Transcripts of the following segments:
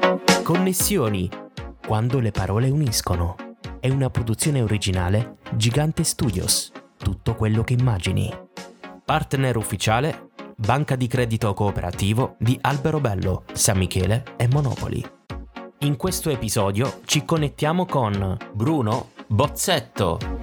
Connessioni, quando le parole uniscono. È una produzione originale Gigante Studios. Tutto quello che immagini. Partner ufficiale Banca di Credito Cooperativo di Alberobello, San Michele e Monopoli. In questo episodio ci connettiamo con Bruno Bozzetto.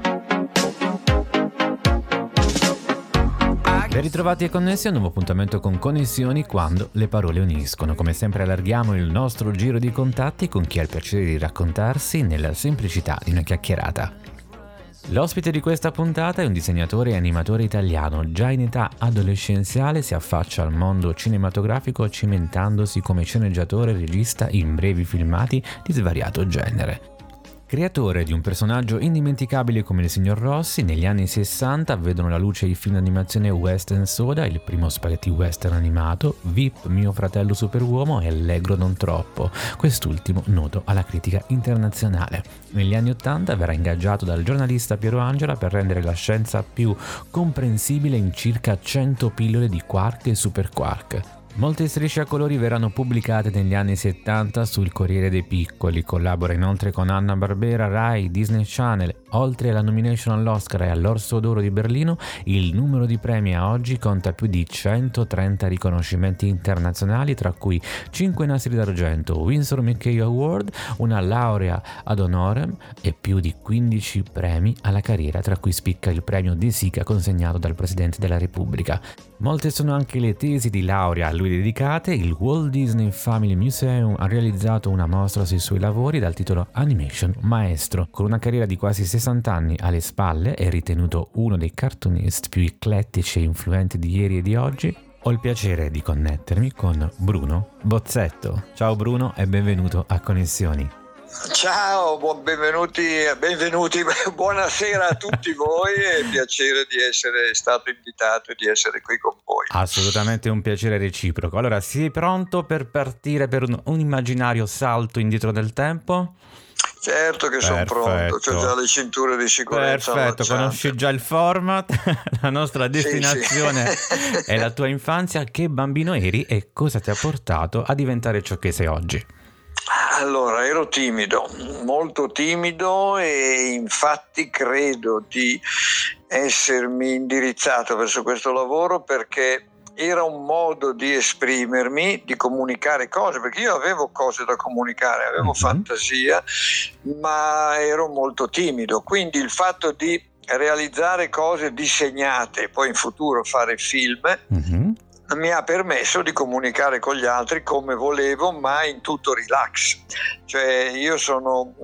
Ben ritrovati e connessi a un nuovo appuntamento con Connessioni quando le parole uniscono. Come sempre allarghiamo il nostro giro di contatti con chi ha il piacere di raccontarsi nella semplicità di una chiacchierata. L'ospite di questa puntata è un disegnatore e animatore italiano. Già in età adolescenziale si affaccia al mondo cinematografico cimentandosi come sceneggiatore e regista in brevi filmati di svariato genere. Creatore di un personaggio indimenticabile come il signor Rossi, negli anni 60 vedono la luce i film d'animazione Western Soda, il primo spaghetti western animato, VIP, Mio fratello superuomo e Allegro non troppo, quest'ultimo noto alla critica internazionale. Negli anni 80 verrà ingaggiato dal giornalista Piero Angela per rendere la scienza più comprensibile in circa 100 pillole di quark e superquark. Molte strisce a colori verranno pubblicate negli anni 70 sul Corriere dei Piccoli, collabora inoltre con Hanna-Barbera, Rai, Disney Channel. Oltre alla nomination all'Oscar e all'Orso d'Oro di Berlino, il numero di premi a oggi conta più di 130 riconoscimenti internazionali, tra cui 5 nastri d'argento, Winsor McCay Award, una laurea ad honorem e più di 15 premi alla carriera, tra cui spicca il premio De Sica consegnato dal Presidente della Repubblica. Molte sono anche le tesi di laurea a lui dedicate. Il Walt Disney Family Museum ha realizzato una mostra sui suoi lavori dal titolo Animation Maestro. Con una carriera di quasi 60 anni alle spalle, è ritenuto uno dei cartoonist più eclettici e influenti di ieri e di oggi. Ho il piacere di connettermi con Bruno Bozzetto. Ciao Bruno e benvenuto a Connessioni. Ciao, benvenuti, buonasera a tutti voi, è piacere di essere stato invitato e di essere qui con voi. Assolutamente un piacere reciproco. Allora, sei pronto per partire per un immaginario salto indietro nel tempo? Certo che sono pronto, c'ho già le cinture di sicurezza. Perfetto, conosci già il format, la nostra destinazione sì. È la tua infanzia. Che bambino eri e cosa ti ha portato a diventare ciò che sei oggi? Allora, ero timido, molto timido, e infatti credo di essermi indirizzato verso questo lavoro perché era un modo di esprimermi, di comunicare cose, perché io avevo cose da comunicare, avevo fantasia, ma ero molto timido, quindi il fatto di realizzare cose disegnate e poi in futuro fare film mi ha permesso di comunicare con gli altri come volevo, ma in tutto relax. Cioè io sono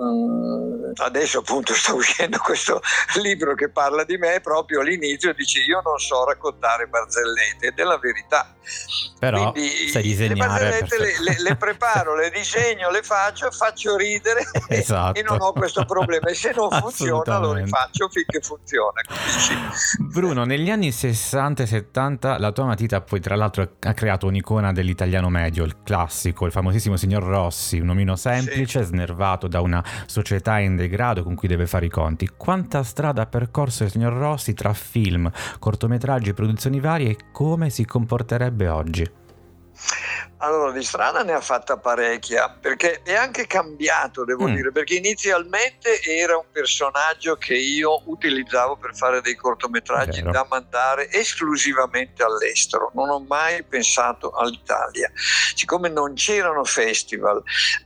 adesso appunto sta uscendo questo libro che parla di me, proprio all'inizio dice io non so raccontare barzellette, ed è la verità. Però quindi sai disegnare, le barzellette le preparo, le disegno, le faccio ridere esatto. E non ho questo problema, e se non funziona lo rifaccio finché funziona. Sì. Bruno, negli anni 60 e 70 la tua matita poi tra l'altro ha creato un'icona dell'italiano medio, il classico, il famosissimo signor Rossi, un omino semplice, snervato da una società in degrado con cui deve fare i conti. Quanta strada ha percorso il signor Rossi tra film, cortometraggi e produzioni varie, e come si comporterebbe oggi? Allora, di strada ne ha fatta parecchia, perché è anche cambiato, devo dire, perché inizialmente era un personaggio che io utilizzavo per fare dei cortometraggi da mandare esclusivamente all'estero, non ho mai pensato all'Italia. Siccome non c'erano festival,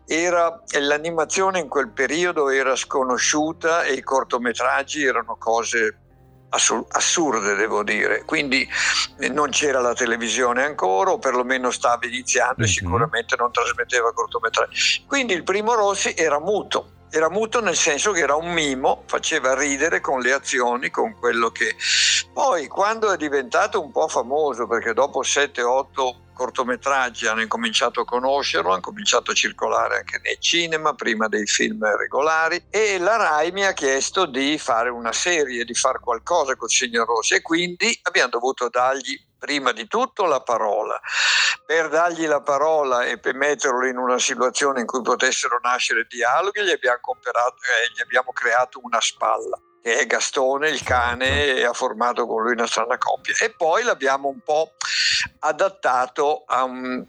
l'animazione in quel periodo era sconosciuta e i cortometraggi erano cose assurde, devo dire, quindi non c'era la televisione ancora, o perlomeno stava iniziando, e sicuramente non trasmetteva cortometraggi, quindi il primo Rossi era muto nel senso che era un mimo, faceva ridere con le azioni, con quello che poi, quando è diventato un po' famoso, perché dopo 7-8 cortometraggi hanno incominciato a conoscerlo, hanno cominciato a circolare anche nei cinema, prima dei film regolari, e la Rai mi ha chiesto di fare una serie, di fare qualcosa col signor Rossi, e quindi abbiamo dovuto dargli prima di tutto la parola. Per dargli la parola e per metterlo in una situazione in cui potessero nascere dialoghi, gli abbiamo creato una spalla. che è Gastone, il cane, e ha formato con lui una strana coppia. E poi l'abbiamo un po' adattato al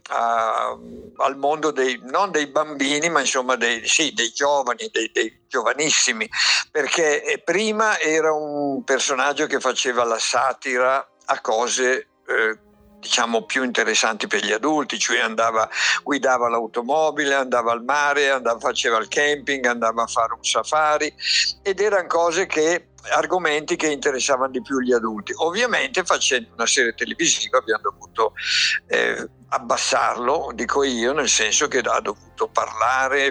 mondo non dei bambini, ma insomma dei giovani, dei giovanissimi, perché prima era un personaggio che faceva la satira a cose diciamo più interessanti per gli adulti, cioè guidava l'automobile, andava al mare, faceva il camping, andava a fare un safari, ed erano argomenti che interessavano di più gli adulti. Ovviamente facendo una serie televisiva abbiamo dovuto abbassarlo, dico io, nel senso che ha dovuto parlare,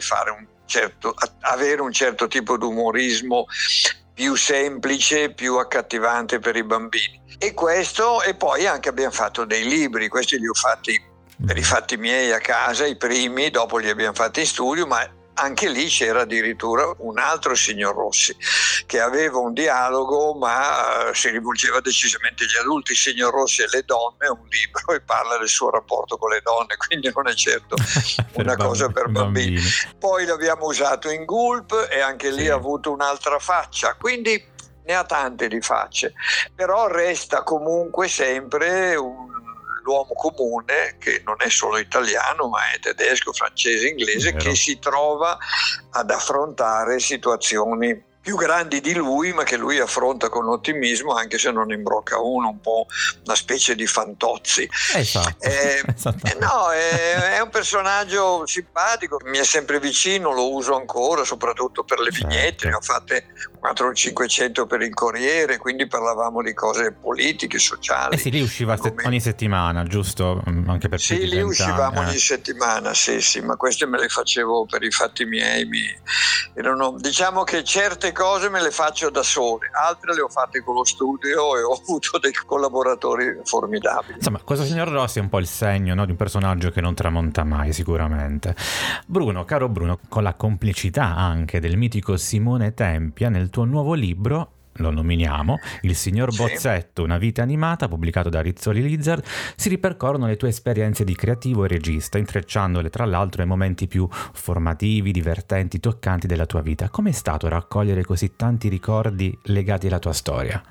avere un certo tipo di umorismo più semplice, più accattivante per i bambini. E poi anche abbiamo fatto dei libri, questi li ho fatti per i fatti miei a casa, i primi, dopo li abbiamo fatti in studio, ma anche lì c'era addirittura un altro signor Rossi che aveva un dialogo, ma si rivolgeva decisamente agli adulti. Il signor Rossi e le donne è un libro e parla del suo rapporto con le donne, quindi non è certo una cosa per bambini. Poi l'abbiamo usato in Gulp e anche lì ha avuto un'altra faccia, quindi ne ha tante di facce, però resta comunque sempre l'uomo comune, che non è solo italiano ma è tedesco, francese, inglese, che si trova ad affrontare situazioni più grandi di lui, ma che lui affronta con ottimismo, anche se non imbrocca un po' una specie di Fantozzi. Esatto. No, è un personaggio simpatico, mi è sempre vicino, lo uso ancora, soprattutto per le vignette, ne ho fatte 400 o 500 per il Corriere, quindi parlavamo di cose politiche, sociali. Sì, lì usciva ogni settimana, giusto? Anche per sì, lì uscivamo ogni settimana, sì, ma queste me le facevo per i fatti miei. Diciamo che certe cose me le faccio da sole, altre le ho fatte con lo studio e ho avuto dei collaboratori formidabili. Insomma, questo signor Rossi è un po' il segno, no, di un personaggio che non tramonta mai, sicuramente. Bruno, caro Bruno, con la complicità anche del mitico Simone Tempia, nel tuo nuovo libro, lo nominiamo, Il signor Bozzetto, una vita animata, pubblicato da Rizzoli Lizard, si ripercorrono le tue esperienze di creativo e regista, intrecciandole tra l'altro ai momenti più formativi, divertenti, toccanti della tua vita. Com'è stato raccogliere così tanti ricordi legati alla tua storia?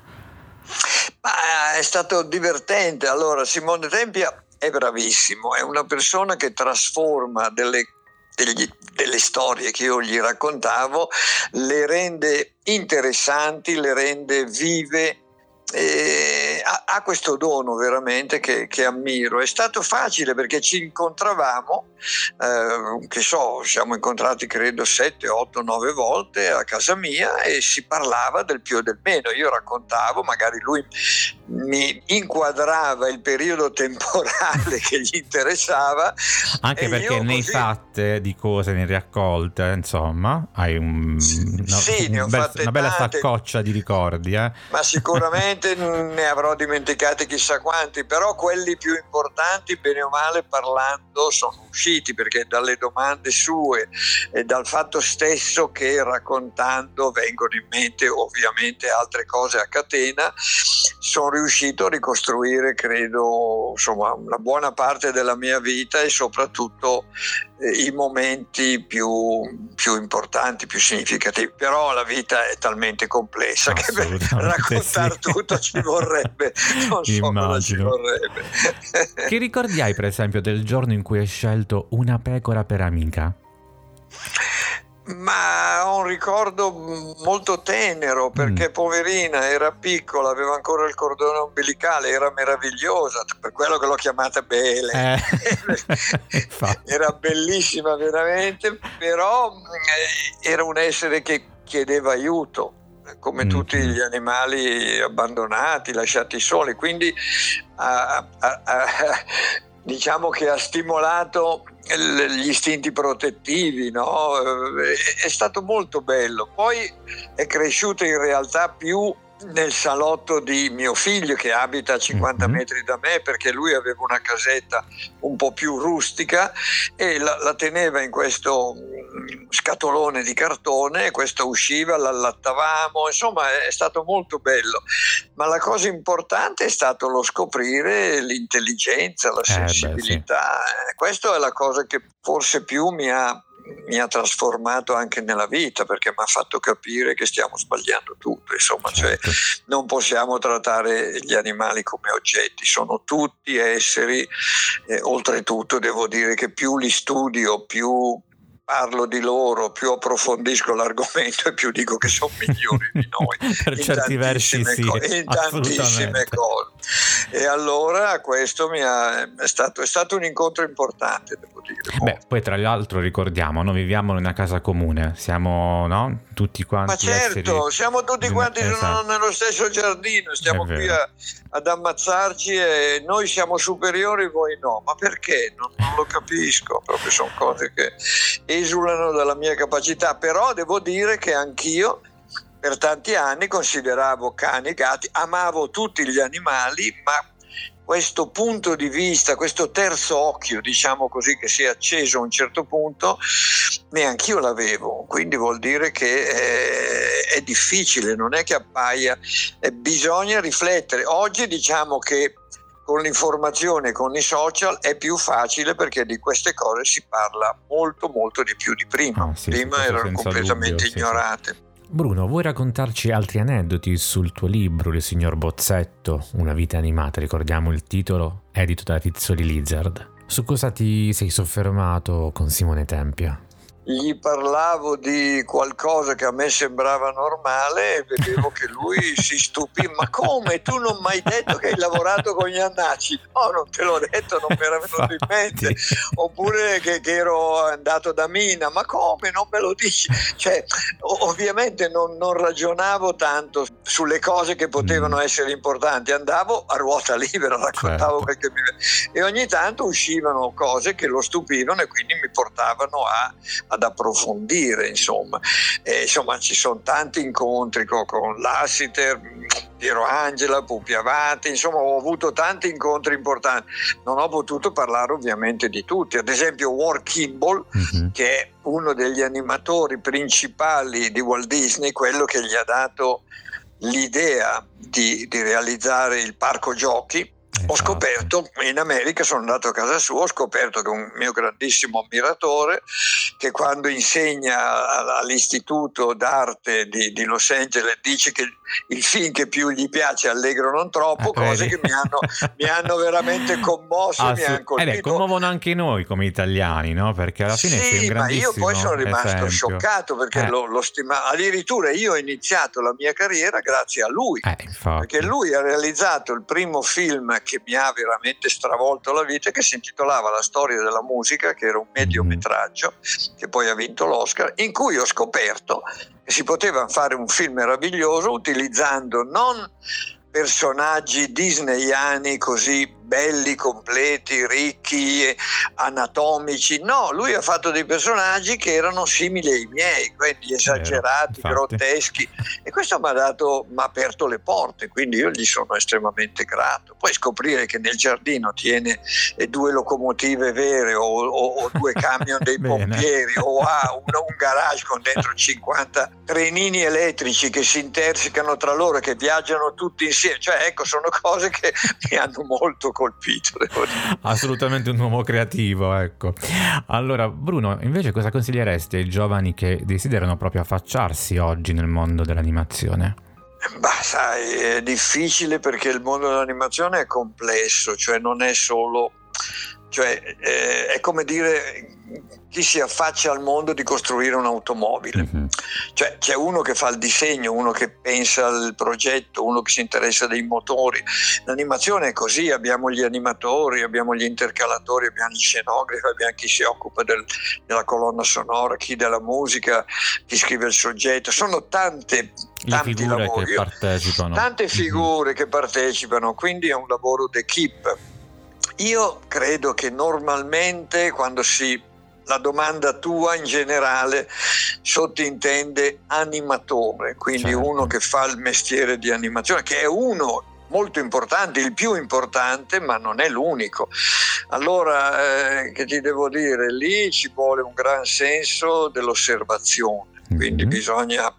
È stato divertente. Allora, Simone Tempia è bravissimo, è una persona che trasforma delle storie che io gli raccontavo, le rende interessanti, le rende vive, ha questo dono veramente che ammiro. È stato facile perché ci incontravamo, siamo incontrati credo 7, 8, 9 volte a casa mia e si parlava del più e del meno. Io raccontavo, magari lui mi inquadrava il periodo temporale che gli interessava, anche perché ne hai fatte di cose, ne raccolte, insomma hai una bella saccoccia di ricordi, ma sicuramente ne avrò dimenticati chissà quanti, però quelli più importanti, bene o male parlando, sono usciti, perché dalle domande sue e dal fatto stesso che raccontando vengono in mente ovviamente altre cose a catena, sono riuscito a ricostruire, credo, insomma, una buona parte della mia vita e soprattutto i momenti più importanti, più significativi. Però la vita è talmente complessa che per raccontare tutto ci vorrebbe, non so cosa ci vorrebbe. Che ricordi hai, per esempio, del giorno in cui hai scelto una pecora per amica? Ma ho un ricordo molto tenero, perché poverina, era piccola, aveva ancora il cordone ombelicale, era meravigliosa, per quello che l'ho chiamata Bele. Era bellissima veramente, però era un essere che chiedeva aiuto, come tutti gli animali abbandonati, lasciati soli, quindi diciamo che ha stimolato gli istinti protettivi, no? È stato molto bello. Poi è cresciuto in realtà più nel salotto di mio figlio, che abita a 50 metri da me, perché lui aveva una casetta un po' più rustica e la teneva in questo scatolone di cartone, e questo usciva, l'allattavamo, insomma è stato molto bello. Ma la cosa importante è stato lo scoprire l'intelligenza, la sensibilità. Questo è la cosa che forse più mi ha mi ha trasformato anche nella vita, perché mi ha fatto capire che stiamo sbagliando tutto, insomma, certo. Cioè non possiamo trattare gli animali come oggetti, sono tutti esseri, oltretutto devo dire che più li studio, più parlo di loro, più approfondisco l'argomento e più dico che sono migliori di noi per certi versi sì, in tantissime cose. E allora questo è stato un incontro importante, devo dire. Beh, poi tra l'altro ricordiamo, noi viviamo in una casa comune, siamo, no? Tutti quanti. Ma certo, siamo tutti quanti esatto. nello stesso giardino, stiamo qui ad ammazzarci e noi siamo superiori, voi no. Ma perché? Non lo capisco, proprio sono cose che esulano dalla mia capacità, però devo dire che anch'io per tanti anni consideravo cani e gatti, amavo tutti gli animali, ma questo punto di vista, questo terzo occhio, diciamo così, che si è acceso a un certo punto, neanch'io l'avevo, quindi vuol dire che è difficile, non è che appaia, bisogna riflettere. Oggi diciamo che con l'informazione, con i social è più facile, perché di queste cose si parla molto molto di più di prima. Prima erano completamente ignorate. Sì. Bruno, vuoi raccontarci altri aneddoti sul tuo libro, Il signor Bozzetto, una vita animata, ricordiamo il titolo, edito da Rizzoli Lizard. Su cosa ti sei soffermato con Simone Tempia? Gli parlavo di qualcosa che a me sembrava normale e vedevo che lui si stupì. Ma come? Tu non mi hai detto che hai lavorato con gli Annaci? No, non te l'ho detto, non mi era venuto in mente. Oppure che ero andato da Mina. Ma come? Non me lo dici? Cioè, ovviamente non ragionavo tanto sulle cose che potevano essere importanti, andavo a ruota libera, raccontavo quel che e ogni tanto uscivano cose che lo stupivano e quindi mi portavano ad approfondire, insomma. Insomma, ci sono tanti incontri con Lassiter, Piero Angela, Pupi Avati, insomma ho avuto tanti incontri importanti. Non ho potuto parlare ovviamente di tutti, ad esempio Ward Kimball, che è uno degli animatori principali di Walt Disney, quello che gli ha dato l'idea di realizzare il parco giochi. Ho scoperto, in America sono andato a casa sua, ho scoperto che un mio grandissimo ammiratore, che quando insegna all'Istituto d'Arte di Los Angeles dice che il film che più gli piace è Allegro non troppo, cose che mi hanno veramente commosso, mi hanno colpito. Commuovono anche noi come italiani, no? Perché alla fine sei un grandissimo ma io poi sono rimasto esempio. Scioccato, perché lo stimavo. Addirittura io ho iniziato la mia carriera grazie a lui, perché lui ha realizzato il primo film che mi ha veramente stravolto la vita, che si intitolava La storia della musica, che era un mediometraggio che poi ha vinto l'Oscar, in cui ho scoperto che si poteva fare un film meraviglioso utilizzando non personaggi disneyani così belli, completi, ricchi, anatomici. No, lui ha fatto dei personaggi che erano simili ai miei, quindi esagerati, grotteschi, e questo mi ha aperto le porte, quindi io gli sono estremamente grato. Poi scoprire che nel giardino tiene 2 locomotive vere o 2 camion dei pompieri o ha un garage con dentro 50 trenini elettrici che si intersecano tra loro e che viaggiano tutti insieme, cioè ecco, sono cose che mi hanno molto colpito, devo dire. Assolutamente un uomo creativo, ecco. Allora Bruno, invece cosa consiglieresti ai giovani che desiderano proprio affacciarsi oggi nel mondo dell'animazione? Sai, è difficile perché il mondo dell'animazione è complesso, cioè non è solo, è come dire chi si affaccia al mondo di costruire un'automobile. Cioè c'è uno che fa il disegno, uno che pensa al progetto, uno che si interessa dei motori. L'animazione è così, abbiamo gli animatori, abbiamo gli intercalatori, abbiamo gli scenografi, abbiamo chi si occupa della colonna sonora, chi della musica, chi scrive il soggetto. Sono tanti lavori che partecipano. Tante figure che partecipano, quindi è un lavoro d'équipe. Io credo che normalmente quando la domanda tua in generale sottintende animatore, quindi uno che fa il mestiere di animazione, che è uno molto importante, il più importante, ma non è l'unico. Allora, che ti devo dire? Lì ci vuole un gran senso dell'osservazione, quindi bisogna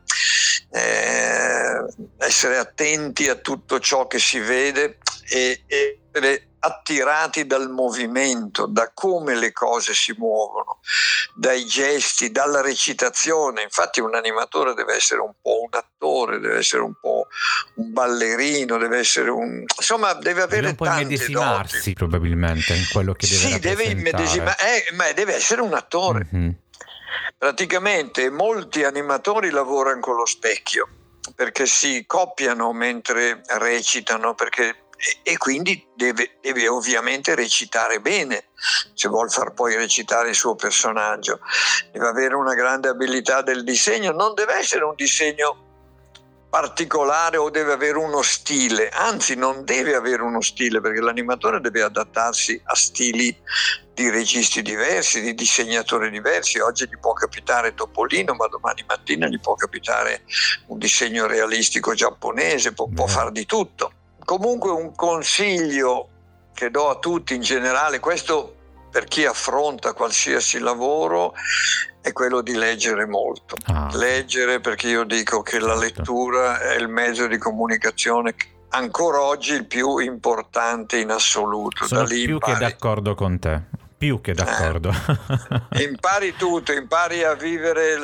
essere attenti a tutto ciò che si vede e essere attirati dal movimento, da come le cose si muovono, dai gesti, dalla recitazione. Infatti un animatore deve essere un po' un attore, deve essere un po' un ballerino, deve essere insomma deve avere un po' tante immedesimarsi doti. probabilmente in quello che deve rappresentare. Deve immedesimare, ma deve essere un attore. Praticamente molti animatori lavorano con lo specchio perché si copiano mentre recitano, e quindi deve ovviamente recitare bene se vuol far poi recitare il suo personaggio. Deve avere una grande abilità del disegno, non deve essere un disegno particolare o deve avere uno stile, anzi non deve avere uno stile, perché l'animatore deve adattarsi a stili di registi diversi, di disegnatori diversi. Oggi gli può capitare Topolino, ma domani mattina gli può capitare un disegno realistico giapponese, può far di tutto. Comunque un consiglio che do a tutti in generale, questo per chi affronta qualsiasi lavoro, è quello di leggere molto. Leggere, perché io dico che la lettura è il mezzo di comunicazione ancora oggi il più importante in assoluto. Sono più che d'accordo con te. Più che d'accordo. Impari tutto, impari a vivere,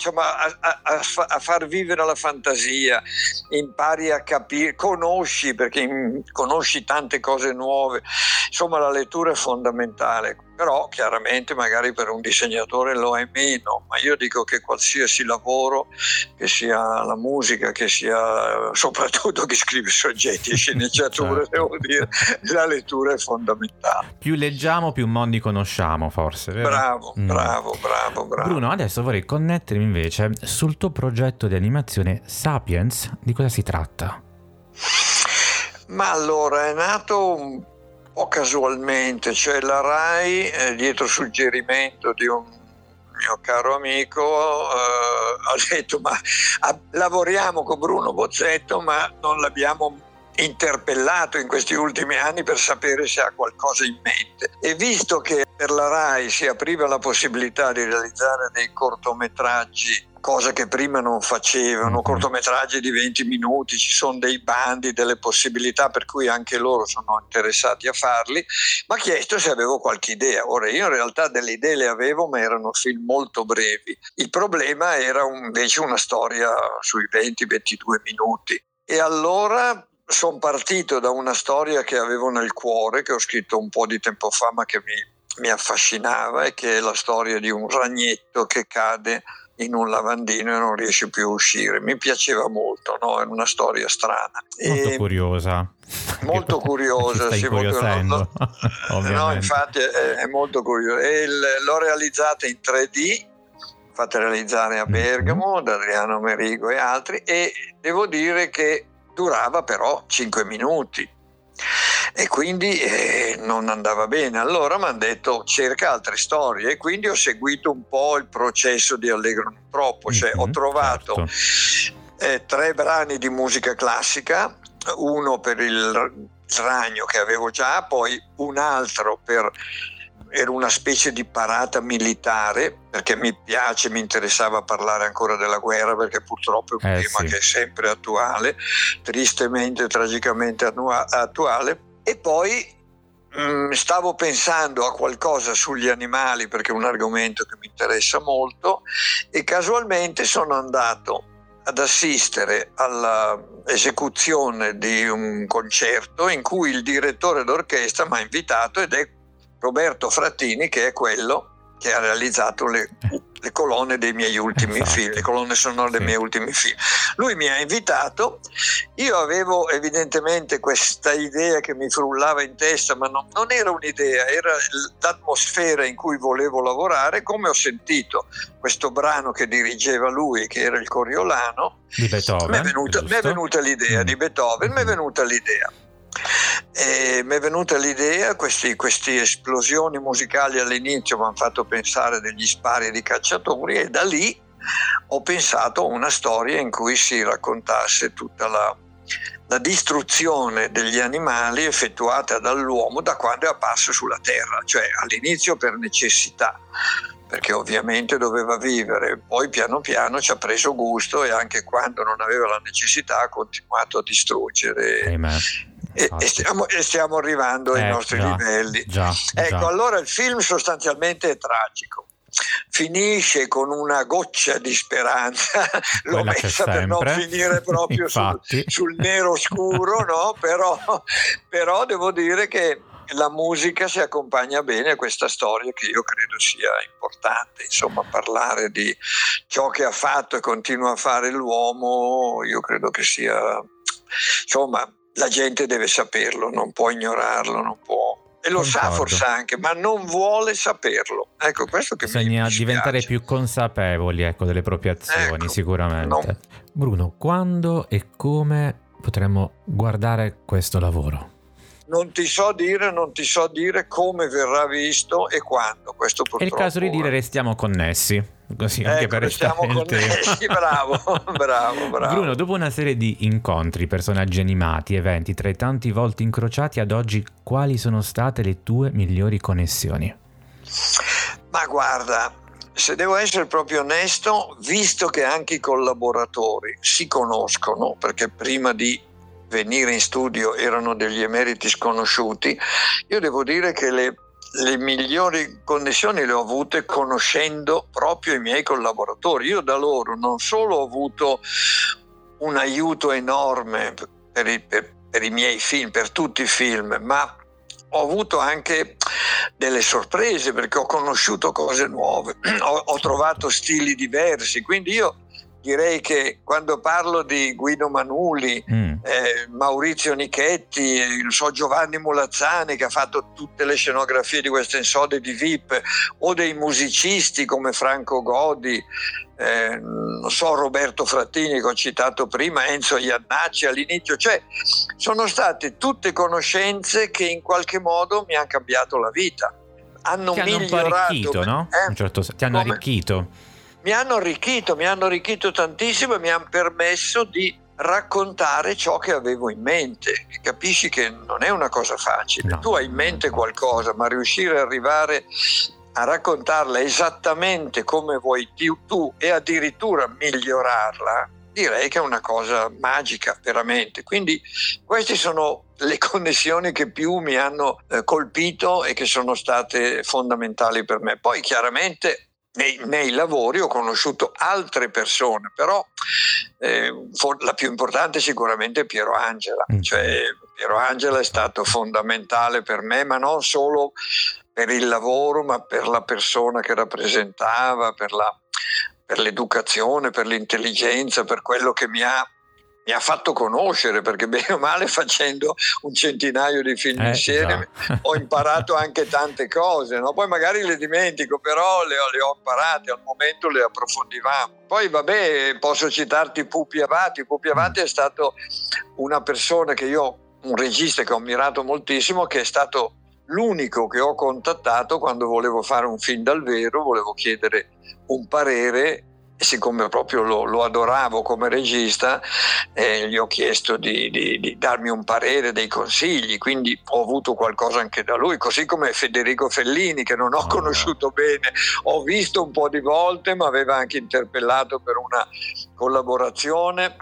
a far vivere la fantasia, impari a capire, conosci, perché conosci tante cose nuove. Insomma, la lettura è fondamentale, però chiaramente magari per un disegnatore lo è meno, ma io dico che qualsiasi lavoro, che sia la musica, che sia soprattutto chi scrive soggetti e sceneggiature, certo. Devo dire, la lettura è fondamentale. Più leggiamo, più mondi conosciamo, forse, vero? Bravo. Bruno, adesso vorrei connettermi invece sul tuo progetto di animazione Sapiens. Di cosa si tratta? Ma allora, è nato un po' casualmente, cioè la RAI, dietro suggerimento di un mio caro amico, ha detto lavoriamo con Bruno Bozzetto, ma non l'abbiamo interpellato in questi ultimi anni per sapere se ha qualcosa in mente. E visto che per la RAI si apriva la possibilità di realizzare dei cortometraggi, cosa che prima non facevano, cortometraggi di 20 minuti, ci sono dei bandi, delle possibilità per cui anche loro sono interessati a farli, mi ha chiesto se avevo qualche idea. Ora io in realtà delle idee le avevo, ma erano film molto brevi. Il problema era invece una storia sui 20-22 minuti. E allora sono partito da una storia che avevo nel cuore, che ho scritto un po' di tempo fa, ma che mi affascinava, e che è la storia di un ragnetto che cade in un lavandino e non riesce più a uscire. Mi piaceva molto, no? È una storia strana. Molto curiosa. Molto curiosa, sì. No, infatti è molto curiosa. E l'ho realizzata in 3D, fatta realizzare a Bergamo da Adriano Merigo e altri, e devo dire che durava però 5 minuti e quindi non andava bene. Allora mi hanno detto cerca altre storie, e quindi ho seguito un po' il processo di Allegro non troppo, cioè ho trovato 3 brani di musica classica, uno per il ragno che avevo già, poi un altro era una specie di parata militare, perché mi interessava parlare ancora della guerra, perché purtroppo è un tema che è sempre attuale, tristemente, tragicamente attuale. E poi stavo pensando a qualcosa sugli animali, perché è un argomento che mi interessa molto, e casualmente sono andato ad assistere all'esecuzione di un concerto in cui il direttore d'orchestra mi ha invitato, ed è Roberto Frattini, che è quello che ha realizzato le colonne dei miei ultimi film, le colonne sonore dei miei ultimi film. Lui mi ha invitato, io avevo evidentemente questa idea che mi frullava in testa, ma non era un'idea, era l'atmosfera in cui volevo lavorare. Come ho sentito questo brano che dirigeva lui, che era il Coriolano, di Beethoven, mi è venuta l'idea di Beethoven, mi è venuta l'idea. E mi è venuta l'idea, queste esplosioni musicali all'inizio mi hanno fatto pensare degli spari di cacciatori, e da lì ho pensato a una storia in cui si raccontasse tutta la distruzione degli animali effettuata dall'uomo da quando è apparso sulla terra, cioè all'inizio per necessità, perché ovviamente doveva vivere, poi piano piano ci ha preso gusto, e anche quando non aveva la necessità ha continuato a distruggere e stiamo arrivando ai nostri livelli. Ecco, allora il film sostanzialmente è tragico. Finisce con una goccia di speranza, l'ho messa per non finire proprio sul nero scuro, no? Però devo dire che la musica si accompagna bene a questa storia, che io credo sia importante. Insomma, parlare di ciò che ha fatto e continua a fare l'uomo, io credo che sia, insomma, la gente deve saperlo, non può ignorarlo, non può. E lo sa forse anche, ma non vuole saperlo. Ecco, questo che bisogna diventare più consapevoli, ecco, delle proprie azioni, sicuramente. Bruno, quando e come potremo guardare questo lavoro? Non ti so dire come verrà visto e quando. Questo purtroppo è il caso di dire restiamo connessi. Così anche per restiamo connessi. bravo. Bruno, dopo una serie di incontri, personaggi animati, eventi, tra i tanti volti incrociati, ad oggi quali sono state le tue migliori connessioni? Ma guarda, se devo essere proprio onesto, visto che anche i collaboratori si conoscono, perché prima di venire in studio erano degli emeriti sconosciuti, io devo dire che le migliori connessioni le ho avute conoscendo proprio i miei collaboratori. Io da loro non solo ho avuto un aiuto enorme per i miei film, per tutti i film, ma ho avuto anche delle sorprese, perché ho conosciuto cose nuove, ho trovato stili diversi, quindi io direi che quando parlo di Guido Manuli, Maurizio Nichetti, Giovanni Mulazzani, che ha fatto tutte le scenografie di West End Sound e di VIP, o dei musicisti come Franco Godi, Roberto Frattini che ho citato prima, Enzo Iannacci all'inizio, cioè sono state tutte conoscenze che in qualche modo mi hanno cambiato la vita, hanno migliorato, no? Un certo senso, ti hanno arricchito. Mi hanno arricchito tantissimo e mi hanno permesso di raccontare ciò che avevo in mente. Capisci che non è una cosa facile. No. Tu hai in mente qualcosa, ma riuscire ad arrivare a raccontarla esattamente come vuoi tu e addirittura migliorarla, direi che è una cosa magica, veramente. Quindi queste sono le connessioni che più mi hanno colpito e che sono state fondamentali per me. Poi chiaramente nei lavori ho conosciuto altre persone, però la più importante sicuramente è Piero Angela. Cioè Piero Angela è stato fondamentale per me, ma non solo per il lavoro, ma per la persona che rappresentava, per l'educazione, per l'intelligenza, per quello che mi ha fatto conoscere, perché bene o male facendo un centinaio di film insieme ho imparato anche tante cose, no? Poi magari le dimentico, però le ho imparate, al momento le approfondivamo. Poi vabbè, posso citarti Pupi Avati. Pupi Avati è stato una persona un regista che ho ammirato moltissimo, che è stato l'unico che ho contattato quando volevo fare un film dal vero, volevo chiedere un parere. E siccome proprio lo adoravo come regista, gli ho chiesto di darmi un parere, dei consigli, quindi ho avuto qualcosa anche da lui, così come Federico Fellini, che non ho conosciuto bene, ho visto un po' di volte, ma aveva anche interpellato per una collaborazione,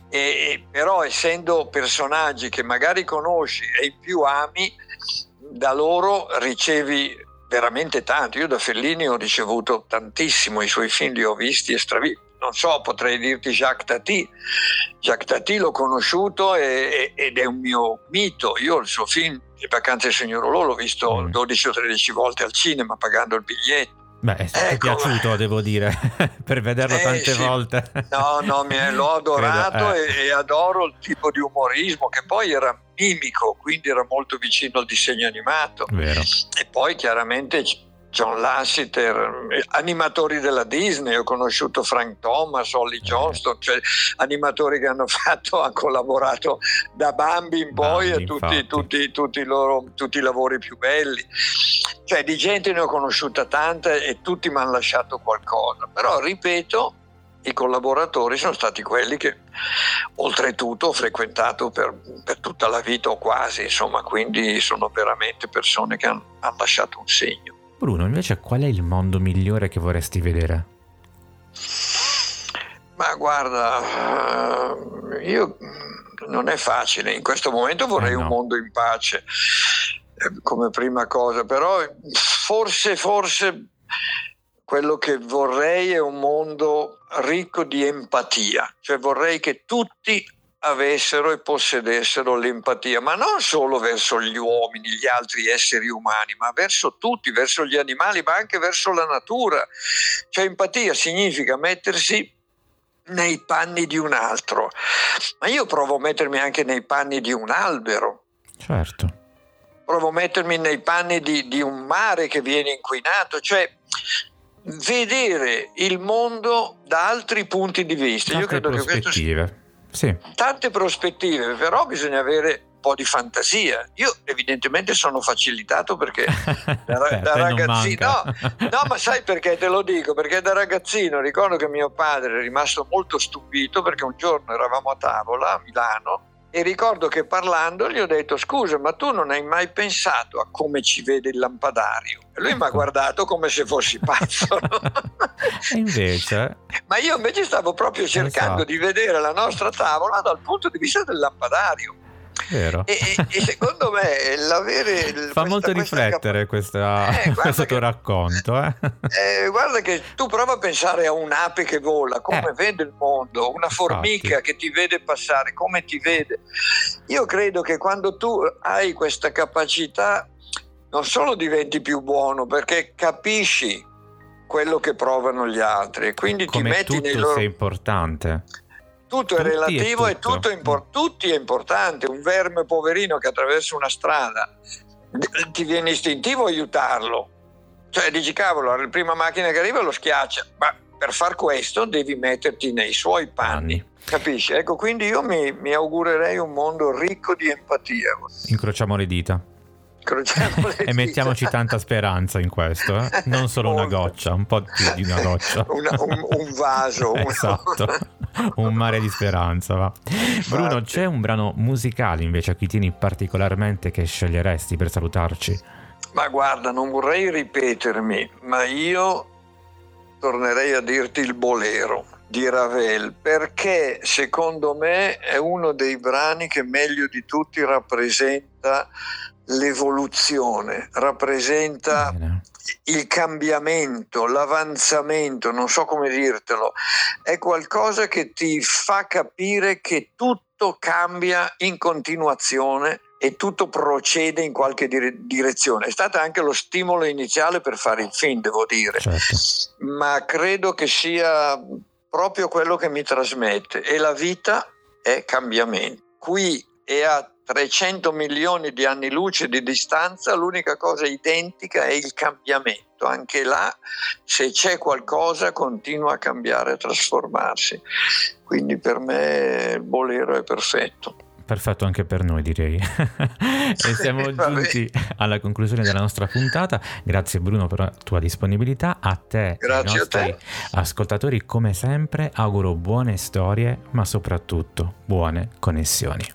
però essendo personaggi che magari conosci e in più ami, da loro ricevi veramente tanto. Io da Fellini ho ricevuto tantissimo, i suoi film li ho visti e stravisti. Non so, potrei dirti Jacques Tati. Jacques Tati l'ho conosciuto ed è un mio mito. Io il suo film Le vacanze del signor Hulot l'ho visto 12 o 13 volte al cinema pagando il biglietto. Beh, è piaciuto, devo dire, per vederlo tante volte. No, l'ho adorato e adoro il tipo di umorismo che poi era mimico, quindi era molto vicino al disegno animato. Vero. E poi chiaramente John Lasseter, animatori della Disney, ho conosciuto Frank Thomas, Holly Johnston, cioè animatori che hanno collaborato da Bambi in poi a tutti i lavori più belli. Cioè di gente ne ho conosciuta tanta e tutti mi hanno lasciato qualcosa, però ripeto, i collaboratori sono stati quelli che oltretutto ho frequentato per tutta la vita o quasi, insomma, quindi sono veramente persone che hanno lasciato un segno. Bruno, invece qual è il mondo migliore che vorresti vedere? Ma guarda, io non è facile. In questo momento vorrei un mondo in pace come prima cosa, però forse quello che vorrei è un mondo ricco di empatia, cioè vorrei che tutti avessero e possedessero l'empatia, ma non solo verso gli uomini, gli altri esseri umani, ma verso tutti, verso gli animali, ma anche verso la natura. Cioè empatia significa mettersi nei panni di un altro, ma io provo a mettermi anche nei panni di un albero. Certo. Provo a mettermi nei panni di un mare che viene inquinato, cioè vedere il mondo da altri punti di vista. Tante Io credo prospettive. Che sì. Tante prospettive, però bisogna avere un po' di fantasia. Io evidentemente sono facilitato perché da ragazzino no, ma sai perché te lo dico? Perché da ragazzino ricordo che mio padre è rimasto molto stupito perché un giorno eravamo a tavola a Milano e ricordo che parlando gli ho detto: scusa, ma tu non hai mai pensato a come ci vede il lampadario? E lui mi ha guardato come se fossi pazzo. E invece? Ma io invece stavo proprio cercando di vedere la nostra tavola dal punto di vista del lampadario. Vero. E secondo me l'avere fa molto riflettere questo tuo racconto. Guarda che tu prova a pensare a un'ape che vola, come vede il mondo, una formica che ti vede passare, come ti vede. Io credo che quando tu hai questa capacità non solo diventi più buono, perché capisci quello che provano gli altri, quindi ti metti nei loro... sei importante. Tutto è relativo e tutti è importante. Un verme poverino che attraversa una strada ti viene istintivo aiutarlo, cioè dici cavolo, la prima macchina che arriva lo schiaccia, ma per far questo devi metterti nei suoi panni. Capisci? Ecco, quindi io mi augurerei un mondo ricco di empatia. Incrociamo le dita. E mettiamoci tanta speranza in questo, non solo una goccia, un po' più di una goccia. un vaso. Esatto, un mare di speranza, va. Bruno, c'è un brano musicale invece a cui tieni particolarmente che sceglieresti per salutarci? Ma guarda, non vorrei ripetermi, ma io tornerei a dirti il Bolero di Ravel, perché secondo me è uno dei brani che meglio di tutti rappresenta l'evoluzione, rappresenta il cambiamento, l'avanzamento, non so come dirtelo, è qualcosa che ti fa capire che tutto cambia in continuazione e tutto procede in qualche direzione. È stato anche lo stimolo iniziale per fare il film, devo dire, ma credo che sia proprio quello che mi trasmette, e la vita è cambiamento. Qui è a 300 milioni di anni luce di distanza, l'unica cosa identica è il cambiamento. Anche là, se c'è qualcosa, continua a cambiare, a trasformarsi. Quindi per me il Bolero è perfetto. Perfetto anche per noi, direi. E siamo giunti alla conclusione della nostra puntata. Grazie Bruno per la tua disponibilità. A te, grazie ai nostri ascoltatori, come sempre auguro buone storie, ma soprattutto buone connessioni.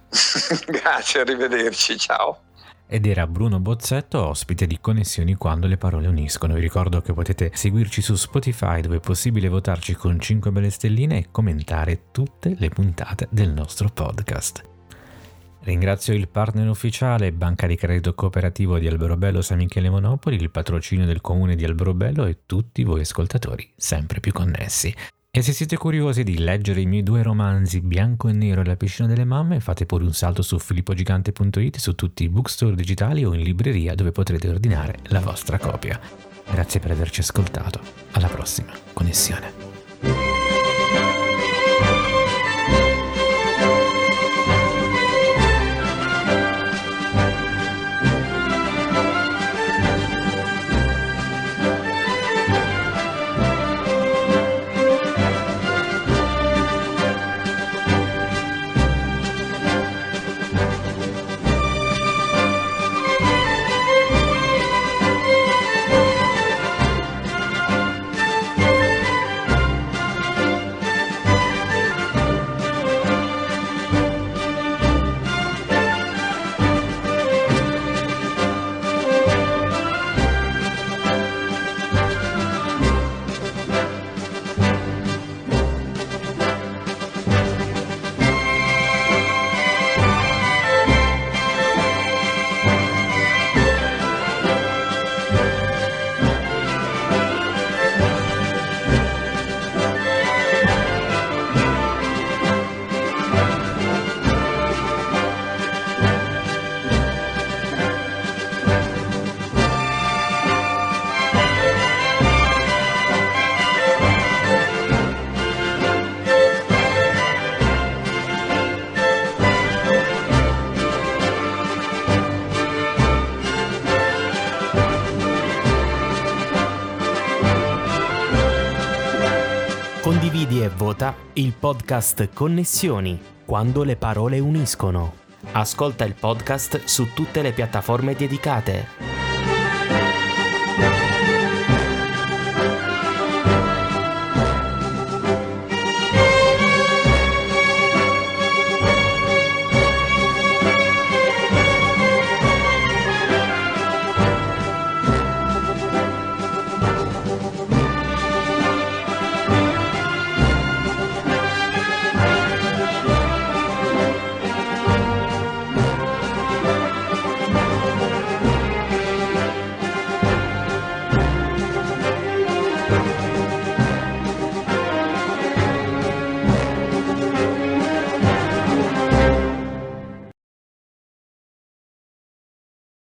Grazie, arrivederci, ciao. Ed era Bruno Bozzetto, ospite di Connessioni quando le parole uniscono. Vi ricordo che potete seguirci su Spotify, dove è possibile votarci con 5 belle stelline e commentare tutte le puntate del nostro podcast. Ringrazio il partner ufficiale Banca di Credito Cooperativo di Alberobello San Michele Monopoli, il patrocinio del comune di Alberobello e tutti voi ascoltatori sempre più connessi. E se siete curiosi di leggere i miei 2 romanzi Bianco e Nero e La piscina delle mamme, fate pure un salto su filippogigante.it, su tutti i bookstore digitali o in libreria, dove potrete ordinare la vostra copia. Grazie per averci ascoltato. Alla prossima connessione. Condividi e vota il podcast Connessioni, quando le parole uniscono. Ascolta il podcast su tutte le piattaforme dedicate.